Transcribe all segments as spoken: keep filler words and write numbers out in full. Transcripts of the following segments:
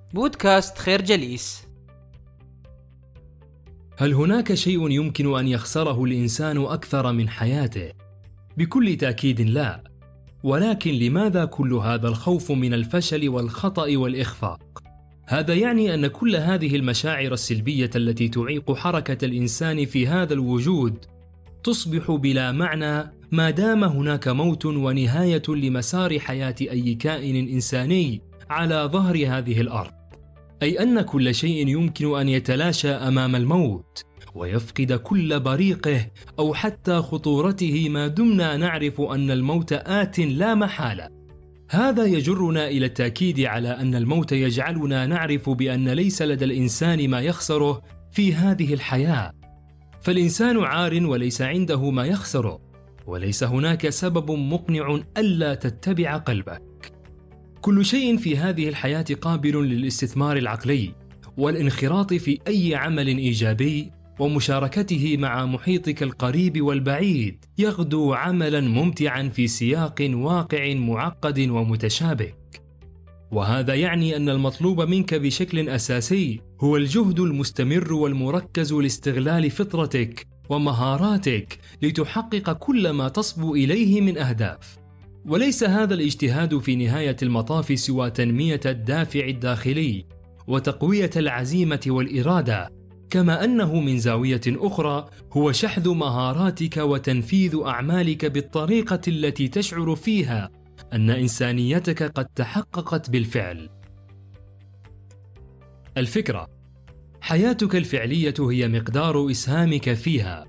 بودكاست خير جليس. هل هناك شيء يمكن أن يخسره الإنسان أكثر من حياته؟ بكل تأكيد لا. ولكن لماذا كل هذا الخوف من الفشل والخطأ والإخفاق؟ هذا يعني أن كل هذه المشاعر السلبية التي تعيق حركة الإنسان في هذا الوجود تصبح بلا معنى ما دام هناك موت ونهاية لمسار حياة أي كائن إنساني على ظهر هذه الأرض، أي أن كل شيء يمكن أن يتلاشى أمام الموت ويفقد كل بريقه أو حتى خطورته ما دمنا نعرف أن الموت آت لا محالة. هذا يجرنا إلى التأكيد على أن الموت يجعلنا نعرف بأن ليس لدى الإنسان ما يخسره في هذه الحياة، فالإنسان عار وليس عنده ما يخسره، وليس هناك سبب مقنع ألا تتبع قلبك. كل شيء في هذه الحياة قابل للاستثمار العقلي والانخراط في أي عمل إيجابي ومشاركته مع محيطك القريب والبعيد يغدو عملا ممتعا في سياق واقع معقد ومتشابك. وهذا يعني أن المطلوب منك بشكل أساسي هو الجهد المستمر والمركز لاستغلال فطرتك ومهاراتك لتحقق كل ما تصبو إليه من أهداف. وليس هذا الاجتهاد في نهاية المطاف سوى تنمية الدافع الداخلي وتقوية العزيمة والإرادة، كما أنه من زاوية أخرى هو شحذ مهاراتك وتنفيذ أعمالك بالطريقة التي تشعر فيها أن إنسانيتك قد تحققت بالفعل. الفكرة: حياتك الفعلية هي مقدار إسهامك فيها.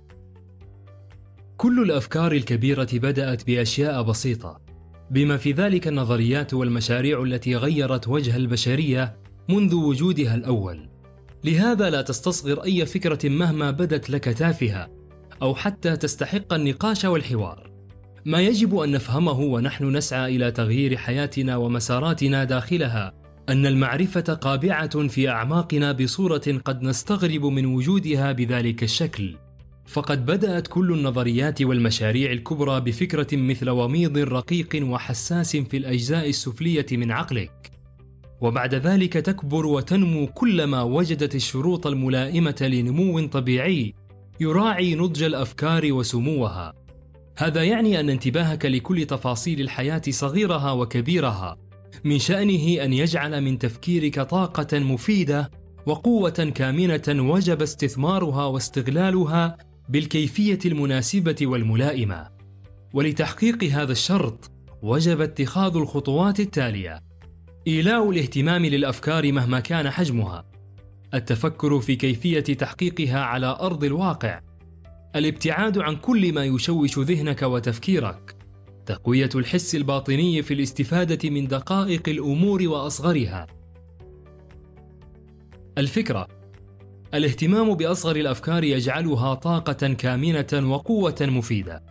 كل الأفكار الكبيرة بدأت بأشياء بسيطة، بما في ذلك النظريات والمشاريع التي غيرت وجه البشرية منذ وجودها الأول. لهذا لا تستصغر أي فكرة مهما بدت لك تافهة أو حتى تستحق النقاش والحوار. ما يجب أن نفهمه ونحن نسعى إلى تغيير حياتنا ومساراتنا داخلها أن المعرفة قابعة في أعماقنا بصورة قد نستغرب من وجودها بذلك الشكل. فقد بدأت كل النظريات والمشاريع الكبرى بفكرة مثل وميض رقيق وحساس في الأجزاء السفلية من عقلك، وبعد ذلك تكبر وتنمو كلما وجدت الشروط الملائمة لنمو طبيعي يراعي نضج الأفكار وسموها. هذا يعني أن انتباهك لكل تفاصيل الحياة صغيرها وكبيرها من شأنه أن يجعل من تفكيرك طاقة مفيدة وقوة كامنة وجب استثمارها واستغلالها بالكيفية المناسبة والملائمة. ولتحقيق هذا الشرط وجب اتخاذ الخطوات التالية: إيلاء الاهتمام للأفكار مهما كان حجمها، التفكر في كيفية تحقيقها على أرض الواقع، الابتعاد عن كل ما يشوش ذهنك وتفكيرك، تقوية الحس الباطني في الاستفادة من دقائق الأمور وأصغرها. الفكرة: الاهتمام بأصغر الأفكار يجعلها طاقة كامنة وقوة مفيدة.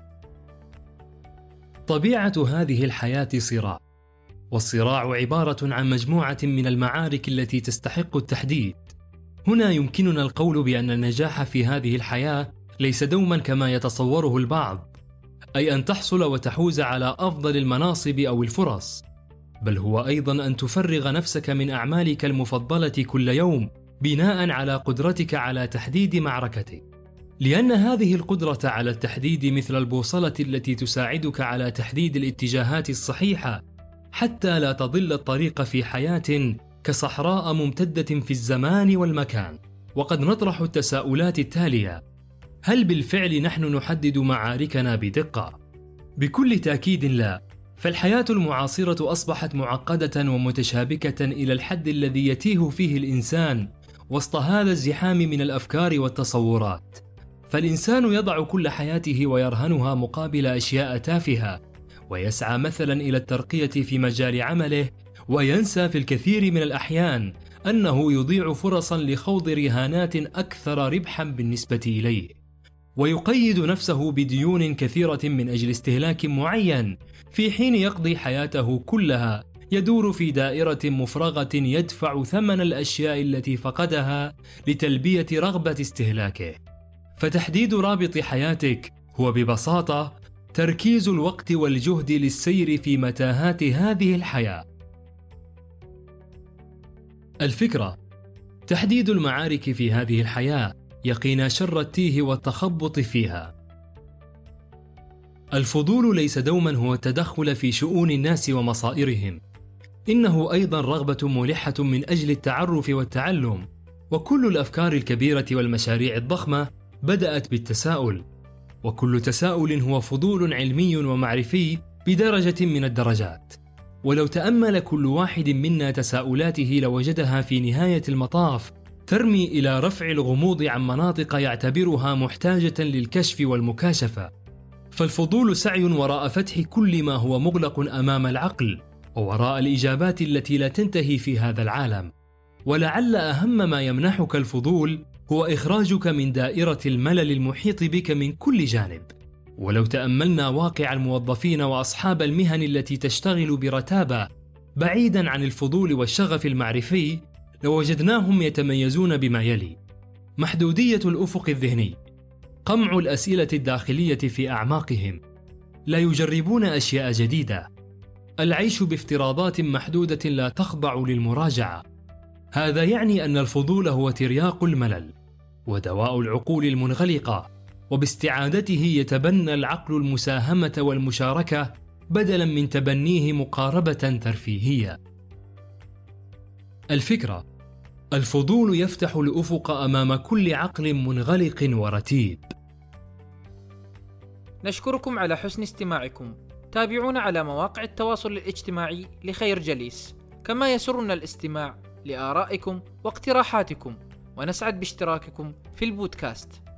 طبيعة هذه الحياة صراع، والصراع عبارة عن مجموعة من المعارك التي تستحق التحديد. هنا يمكننا القول بأن النجاح في هذه الحياة ليس دوما كما يتصوره البعض، أي أن تحصل وتحوز على أفضل المناصب أو الفرص، بل هو أيضا أن تفرغ نفسك من أعمالك المفضلة كل يوم بناء على قدرتك على تحديد معركتك، لأن هذه القدرة على التحديد مثل البوصلة التي تساعدك على تحديد الاتجاهات الصحيحة حتى لا تضل الطريق في حياة كصحراء ممتدة في الزمان والمكان. وقد نطرح التساؤلات التالية: هل بالفعل نحن نحدد معاركنا بدقة؟ بكل تأكيد لا، فالحياة المعاصرة أصبحت معقدة ومتشابكة إلى الحد الذي يتيه فيه الإنسان وسط هذا الزحام من الأفكار والتصورات. فالإنسان يضع كل حياته ويرهنها مقابل أشياء تافهة، ويسعى مثلا إلى الترقية في مجال عمله، وينسى في الكثير من الأحيان أنه يضيع فرصا لخوض رهانات أكثر ربحا بالنسبة إليه، ويقيد نفسه بديون كثيرة من أجل استهلاك معين، في حين يقضي حياته كلها يدور في دائرة مفرغة يدفع ثمن الأشياء التي فقدها لتلبية رغبة استهلاكه. فتحديد رابط حياتك هو ببساطة تركيز الوقت والجهد للسير في متاهات هذه الحياة. الفكرة: تحديد المعارك في هذه الحياة يقينا شر التيه والتخبط فيها. الفضول ليس دوما هو التدخل في شؤون الناس ومصائرهم، إنه أيضا رغبة ملحة من أجل التعرف والتعلم، وكل الأفكار الكبيرة والمشاريع الضخمة بدأت بالتساؤل، وكل تساؤل هو فضول علمي ومعرفي بدرجة من الدرجات. ولو تأمل كل واحد منا تساؤلاته لوجدها في نهاية المطاف ترمي إلى رفع الغموض عن مناطق يعتبرها محتاجة للكشف والمكاشفة. فالفضول سعي وراء فتح كل ما هو مغلق أمام العقل، ووراء الإجابات التي لا تنتهي في هذا العالم. ولعل أهم ما يمنحك الفضول هو إخراجك من دائرة الملل المحيط بك من كل جانب. ولو تأملنا واقع الموظفين وأصحاب المهن التي تشتغل برتابة بعيداً عن الفضول والشغف المعرفي، لوجدناهم يتميزون بما يلي: محدودية الأفق الذهني، قمع الأسئلة الداخلية في أعماقهم، لا يجربون أشياء جديدة، العيش بافتراضات محدودة لا تخضع للمراجعة. هذا يعني أن الفضول هو ترياق الملل ودواء العقول المنغلقة، وباستعادته يتبنى العقل المساهمة والمشاركة بدلاً من تبنيه مقاربة ترفيهية. الفكرة: الفضول يفتح الأفق أمام كل عقل منغلق ورتيب. نشكركم على حسن استماعكم. تابعونا على مواقع التواصل الاجتماعي لخير جليس، كما يسرنا الاستماع لآرائكم واقتراحاتكم، ونسعد باشتراككم في البودكاست.